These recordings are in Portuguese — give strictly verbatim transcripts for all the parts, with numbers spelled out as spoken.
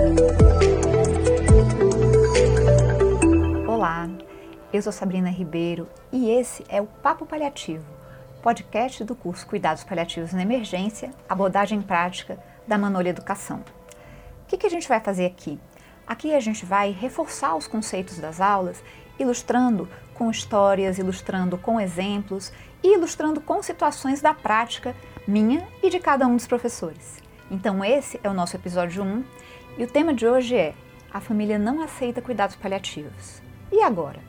Olá, eu sou Sabrina Ribeiro e esse é o Papo Paliativo, podcast do curso Cuidados Paliativos na Emergência, abordagem prática da Manolha Educação. O que, que a gente vai fazer aqui? Aqui a gente vai reforçar os conceitos das aulas, ilustrando com histórias, ilustrando com exemplos e ilustrando com situações da prática minha e de cada um dos professores. Então esse é o nosso episódio um e o tema de hoje é: a família não aceita cuidados paliativos. E agora?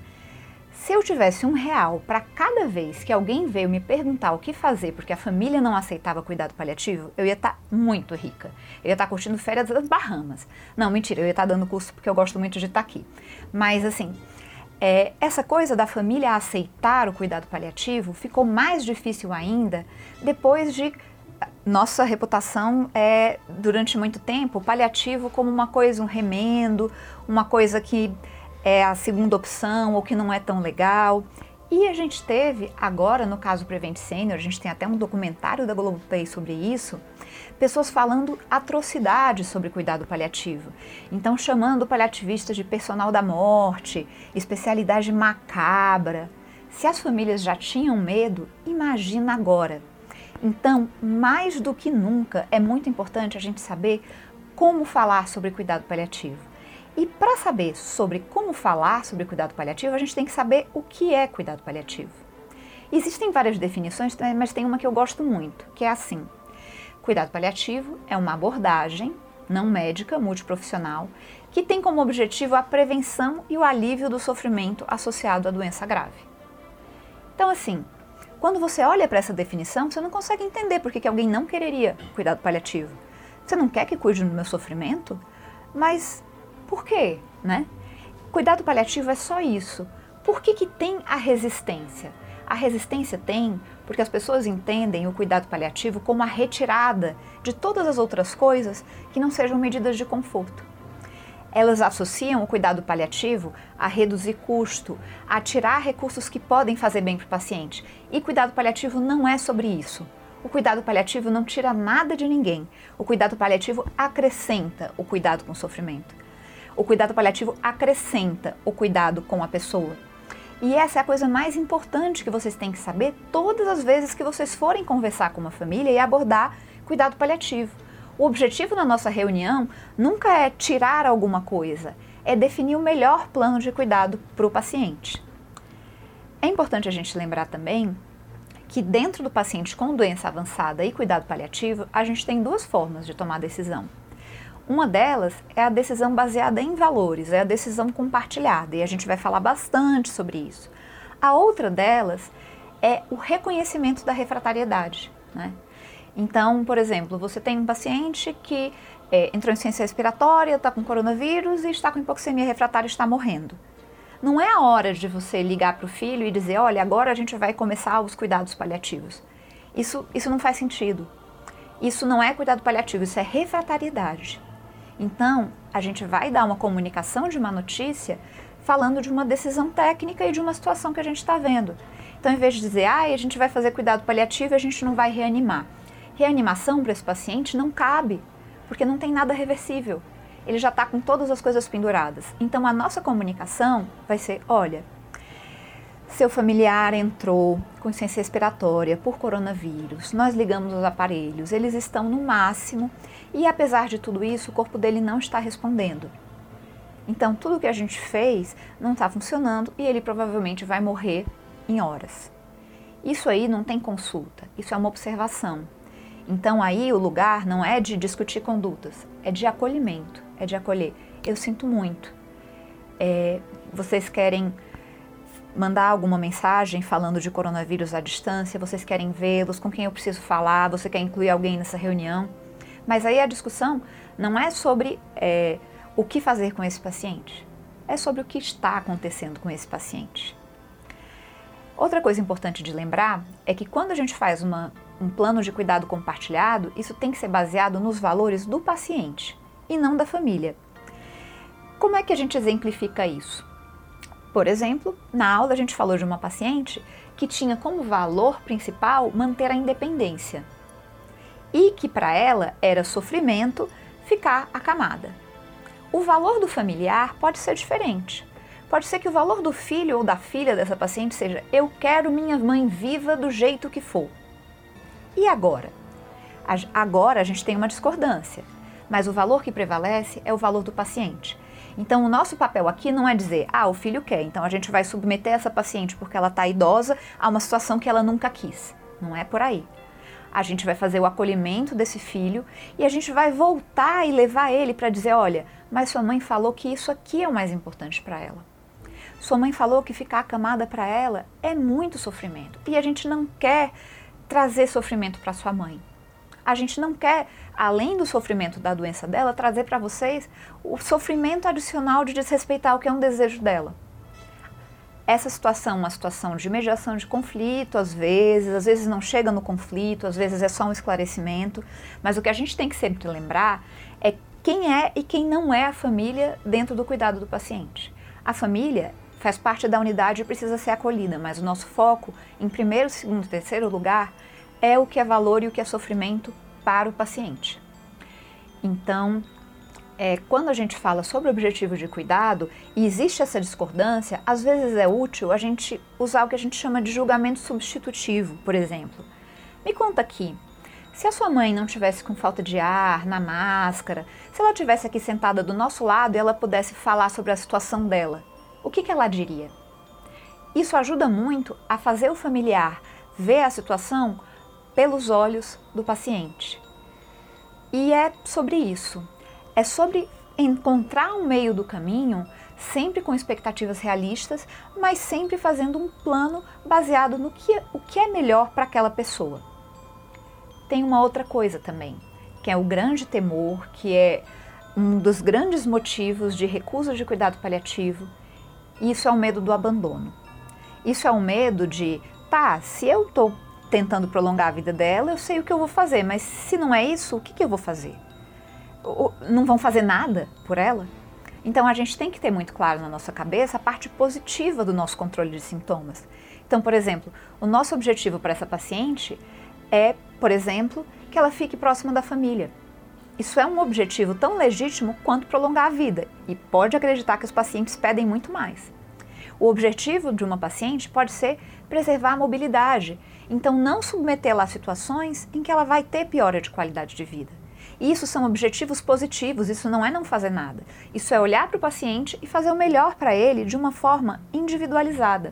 Se eu tivesse um real para cada vez que alguém veio me perguntar o que fazer porque a família não aceitava cuidado paliativo, eu ia estar muito rica. Eu ia estar curtindo férias das Bahamas. Não, mentira, eu ia estar dando curso porque eu gosto muito de estar aqui. Mas assim, é, essa coisa da família aceitar o cuidado paliativo ficou mais difícil ainda depois de nossa reputação é, durante muito tempo, o paliativo como uma coisa, um remendo, uma coisa que é a segunda opção ou que não é tão legal. E a gente teve, agora no caso Prevent Senior, a gente tem até um documentário da Globoplay sobre isso, pessoas falando atrocidades sobre cuidado paliativo. Então chamando paliativistas de personal da morte, especialidade macabra. Se as famílias já tinham medo, imagina agora. Então, mais do que nunca, é muito importante a gente saber como falar sobre cuidado paliativo. E para saber sobre como falar sobre cuidado paliativo, a gente tem que saber o que é cuidado paliativo. Existem várias definições, mas tem uma que eu gosto muito, que é assim: cuidado paliativo é uma abordagem não médica, multiprofissional, que tem como objetivo a prevenção e o alívio do sofrimento associado à doença grave. Então, assim, quando você olha para essa definição, você não consegue entender por que que alguém não quereria cuidado paliativo. Você não quer que cuide do meu sofrimento? Mas por quê, né? Cuidado paliativo é só isso. Por que que tem a resistência? A resistência tem porque as pessoas entendem o cuidado paliativo como a retirada de todas as outras coisas que não sejam medidas de conforto. Elas associam o cuidado paliativo a reduzir custo, a tirar recursos que podem fazer bem para o paciente. E cuidado paliativo não é sobre isso. O cuidado paliativo não tira nada de ninguém. O cuidado paliativo acrescenta o cuidado com o sofrimento. O cuidado paliativo acrescenta o cuidado com a pessoa. E essa é a coisa mais importante que vocês têm que saber todas as vezes que vocês forem conversar com uma família e abordar cuidado paliativo. O objetivo na nossa reunião nunca é tirar alguma coisa, é definir o melhor plano de cuidado para o paciente. É importante a gente lembrar também que dentro do paciente com doença avançada e cuidado paliativo, a gente tem duas formas de tomar decisão. Uma delas é a decisão baseada em valores, é a decisão compartilhada, e a gente vai falar bastante sobre isso. A outra delas é o reconhecimento da refratariedade, né? Então, por exemplo, você tem um paciente que é, entrou em insuficiência respiratória, está com coronavírus e está com hipoxemia refratária e está morrendo. Não é a hora de você ligar para o filho e dizer: olha, agora a gente vai começar os cuidados paliativos. Isso, isso não faz sentido. Isso não é cuidado paliativo, isso é refratariedade. Então, a gente vai dar uma comunicação de uma notícia falando de uma decisão técnica e de uma situação que a gente está vendo. Então, em vez de dizer, ah, a gente vai fazer cuidado paliativo e a gente não vai reanimar. Reanimação para esse paciente não cabe, porque não tem nada reversível. Ele já está com todas as coisas penduradas. Então, a nossa comunicação vai ser: olha, seu familiar entrou com insuficiência respiratória por coronavírus, nós ligamos os aparelhos, eles estão no máximo e apesar de tudo isso, o corpo dele não está respondendo. Então, tudo que a gente fez não está funcionando e ele provavelmente vai morrer em horas. Isso aí não tem consulta, isso é uma observação. Então, aí o lugar não é de discutir condutas, é de acolhimento, é de acolher. Eu sinto muito. É, vocês querem mandar alguma mensagem falando de coronavírus à distância, vocês querem vê-los, com quem eu preciso falar, você quer incluir alguém nessa reunião. Mas aí a discussão não é sobre é, o que fazer com esse paciente, é sobre o que está acontecendo com esse paciente. Outra coisa importante de lembrar é que quando a gente faz uma, um plano de cuidado compartilhado, isso tem que ser baseado nos valores do paciente e não da família. Como é que a gente exemplifica isso? Por exemplo, na aula a gente falou de uma paciente que tinha como valor principal manter a independência e que para ela era sofrimento ficar acamada. O valor do familiar pode ser diferente. Pode ser que o valor do filho ou da filha dessa paciente seja: eu quero minha mãe viva do jeito que for. E agora? Agora a gente tem uma discordância, mas o valor que prevalece é o valor do paciente. Então o nosso papel aqui não é dizer: ah, o filho quer, então a gente vai submeter essa paciente porque ela está idosa a uma situação que ela nunca quis. Não é por aí. A gente vai fazer o acolhimento desse filho e a gente vai voltar e levar ele para dizer: olha, mas sua mãe falou que isso aqui é o mais importante para ela. Sua mãe falou que ficar acamada para ela é muito sofrimento e a gente não quer trazer sofrimento para sua mãe. A gente não quer, além do sofrimento da doença dela, trazer para vocês o sofrimento adicional de desrespeitar o que é um desejo dela. Essa situação é uma situação de mediação de conflito, às vezes, às vezes não chega no conflito, às vezes é só um esclarecimento, mas o que a gente tem que sempre lembrar é quem é e quem não é a família dentro do cuidado do paciente. A família faz parte da unidade e precisa ser acolhida, mas o nosso foco, em primeiro, segundo, terceiro lugar, é o que é valor e o que é sofrimento para o paciente. Então, é, quando a gente fala sobre o objetivo de cuidado e existe essa discordância, às vezes é útil a gente usar o que a gente chama de julgamento substitutivo, por exemplo. Me conta aqui, se a sua mãe não tivesse com falta de ar, na máscara, se ela tivesse aqui sentada do nosso lado e ela pudesse falar sobre a situação dela, o que que ela diria? Isso ajuda muito a fazer o familiar ver a situação pelos olhos do paciente. E é sobre isso. É sobre encontrar um meio do caminho, sempre com expectativas realistas, mas sempre fazendo um plano baseado no que, o que é melhor para aquela pessoa. Tem uma outra coisa também, que é o grande temor, que é um dos grandes motivos de recusa de cuidado paliativo, e isso é o medo do abandono. Isso é o medo de, tá, se eu estou tentando prolongar a vida dela, eu sei o que eu vou fazer, mas se não é isso, o que, que eu vou fazer? Não vão fazer nada por ela? Então a gente tem que ter muito claro na nossa cabeça a parte positiva do nosso controle de sintomas. Então, por exemplo, o nosso objetivo para essa paciente é, por exemplo, que ela fique próxima da família. Isso é um objetivo tão legítimo quanto prolongar a vida, e pode acreditar que os pacientes pedem muito mais. O objetivo de uma paciente pode ser preservar a mobilidade, então não submetê-la a situações em que ela vai ter piora de qualidade de vida. E isso são objetivos positivos, isso não é não fazer nada. Isso é olhar para o paciente e fazer o melhor para ele de uma forma individualizada.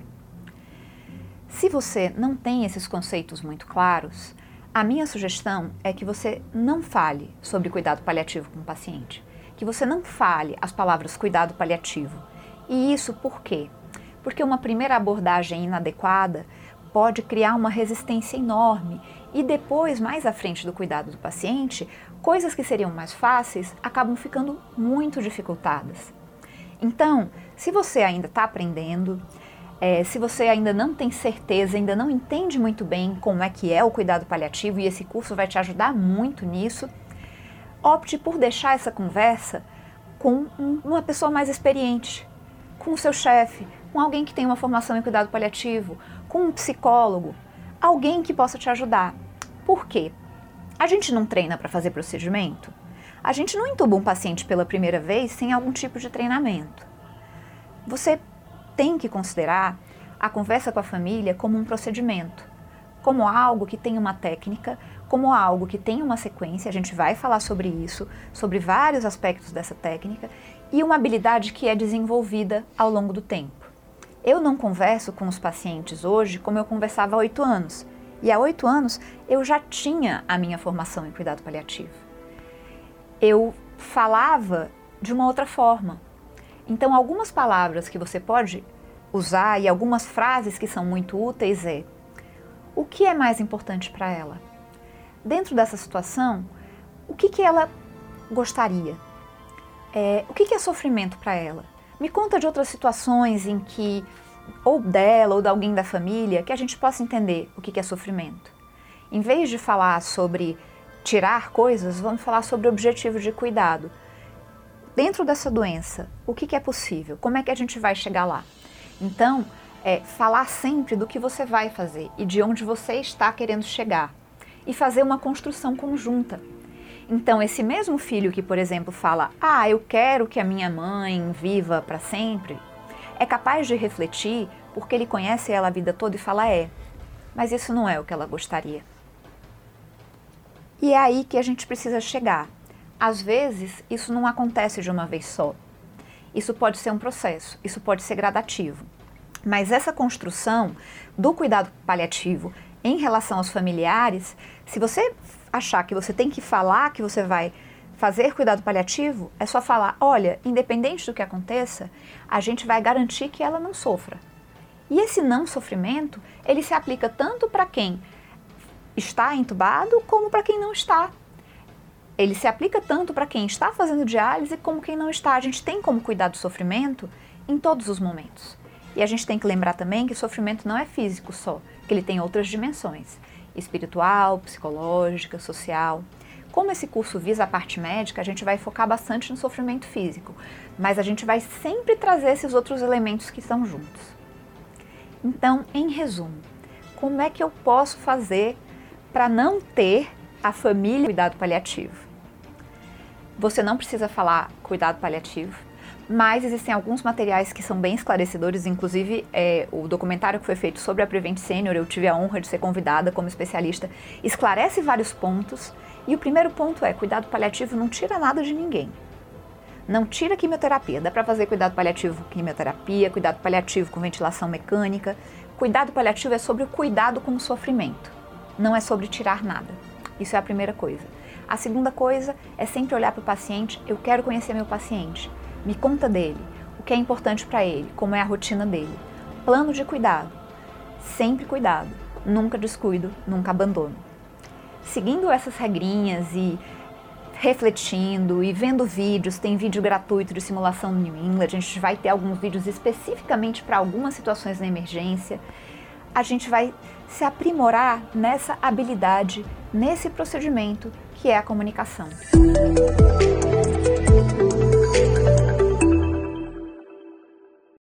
Se você não tem esses conceitos muito claros, a minha sugestão é que você não fale sobre cuidado paliativo com o paciente, que você não fale as palavras cuidado paliativo. E isso por quê? Porque uma primeira abordagem inadequada pode criar uma resistência enorme e depois, mais à frente do cuidado do paciente, coisas que seriam mais fáceis acabam ficando muito dificultadas. Então, se você ainda está aprendendo, é, se você ainda não tem certeza, ainda não entende muito bem como é que é o cuidado paliativo, e esse curso vai te ajudar muito nisso, opte por deixar essa conversa com um, uma pessoa mais experiente, com o seu chefe, com alguém que tem uma formação em cuidado paliativo, com um psicólogo, alguém que possa te ajudar. Por quê? A gente não treina para fazer procedimento? A gente não entuba um paciente pela primeira vez sem algum tipo de treinamento. Você tem que considerar a conversa com a família como um procedimento, como algo que tem uma técnica, como algo que tem uma sequência, a gente vai falar sobre isso, sobre vários aspectos dessa técnica, e uma habilidade que é desenvolvida ao longo do tempo. Eu não converso com os pacientes hoje como eu conversava há oito anos. E há oito anos eu já tinha a minha formação em cuidado paliativo. Eu falava de uma outra forma. Então, algumas palavras que você pode usar e algumas frases que são muito úteis é: o que é mais importante para ela? Dentro dessa situação, o que, que ela gostaria? É, o que, que é sofrimento para ela? Me conta de outras situações em que, ou dela ou de alguém da família, que a gente possa entender o que é sofrimento. Em vez de falar sobre tirar coisas, vamos falar sobre o objetivo de cuidado. Dentro dessa doença, o que é possível? Como é que a gente vai chegar lá? Então, é falar sempre do que você vai fazer e de onde você está querendo chegar. E fazer uma construção conjunta. Então, esse mesmo filho que, por exemplo, fala, ah, eu quero que a minha mãe viva para sempre, é capaz de refletir porque ele conhece ela a vida toda e fala, é, mas isso não é o que ela gostaria. E é aí que a gente precisa chegar. Às vezes, isso não acontece de uma vez só. Isso pode ser um processo, isso pode ser gradativo. Mas essa construção do cuidado paliativo em relação aos familiares, se você achar que você tem que falar que você vai fazer cuidado paliativo, é só falar, olha, independente do que aconteça, a gente vai garantir que ela não sofra. E esse não sofrimento, ele se aplica tanto para quem está entubado como para quem não está. Ele se aplica tanto para quem está fazendo diálise como quem não está. A gente tem como cuidar do sofrimento em todos os momentos. E a gente tem que lembrar também que o sofrimento não é físico só, que ele tem outras dimensões, espiritual, psicológica, social. Como esse curso visa a parte médica, a gente vai focar bastante no sofrimento físico, mas a gente vai sempre trazer esses outros elementos que estão juntos. Então, em resumo, como é que eu posso fazer para não ter a família cuidado paliativo? Você não precisa falar cuidado paliativo, mas existem alguns materiais que são bem esclarecedores, inclusive é, o documentário que foi feito sobre a Prevent Senior, eu tive a honra de ser convidada como especialista, esclarece vários pontos, e o primeiro ponto é, cuidado paliativo não tira nada de ninguém. Não tira quimioterapia, dá para fazer cuidado paliativo com quimioterapia, cuidado paliativo com ventilação mecânica. Cuidado paliativo é sobre o cuidado com o sofrimento, não é sobre tirar nada. Isso é a primeira coisa. A segunda coisa é sempre olhar para o paciente, eu quero conhecer meu paciente, me conta dele, o que é importante para ele, como é a rotina dele. Plano de cuidado, sempre cuidado, nunca descuido, nunca abandono. Seguindo essas regrinhas e refletindo e vendo vídeos, tem vídeo gratuito de simulação no New England, a gente vai ter alguns vídeos especificamente para algumas situações na emergência, a gente vai se aprimorar nessa habilidade, nesse procedimento que é a comunicação.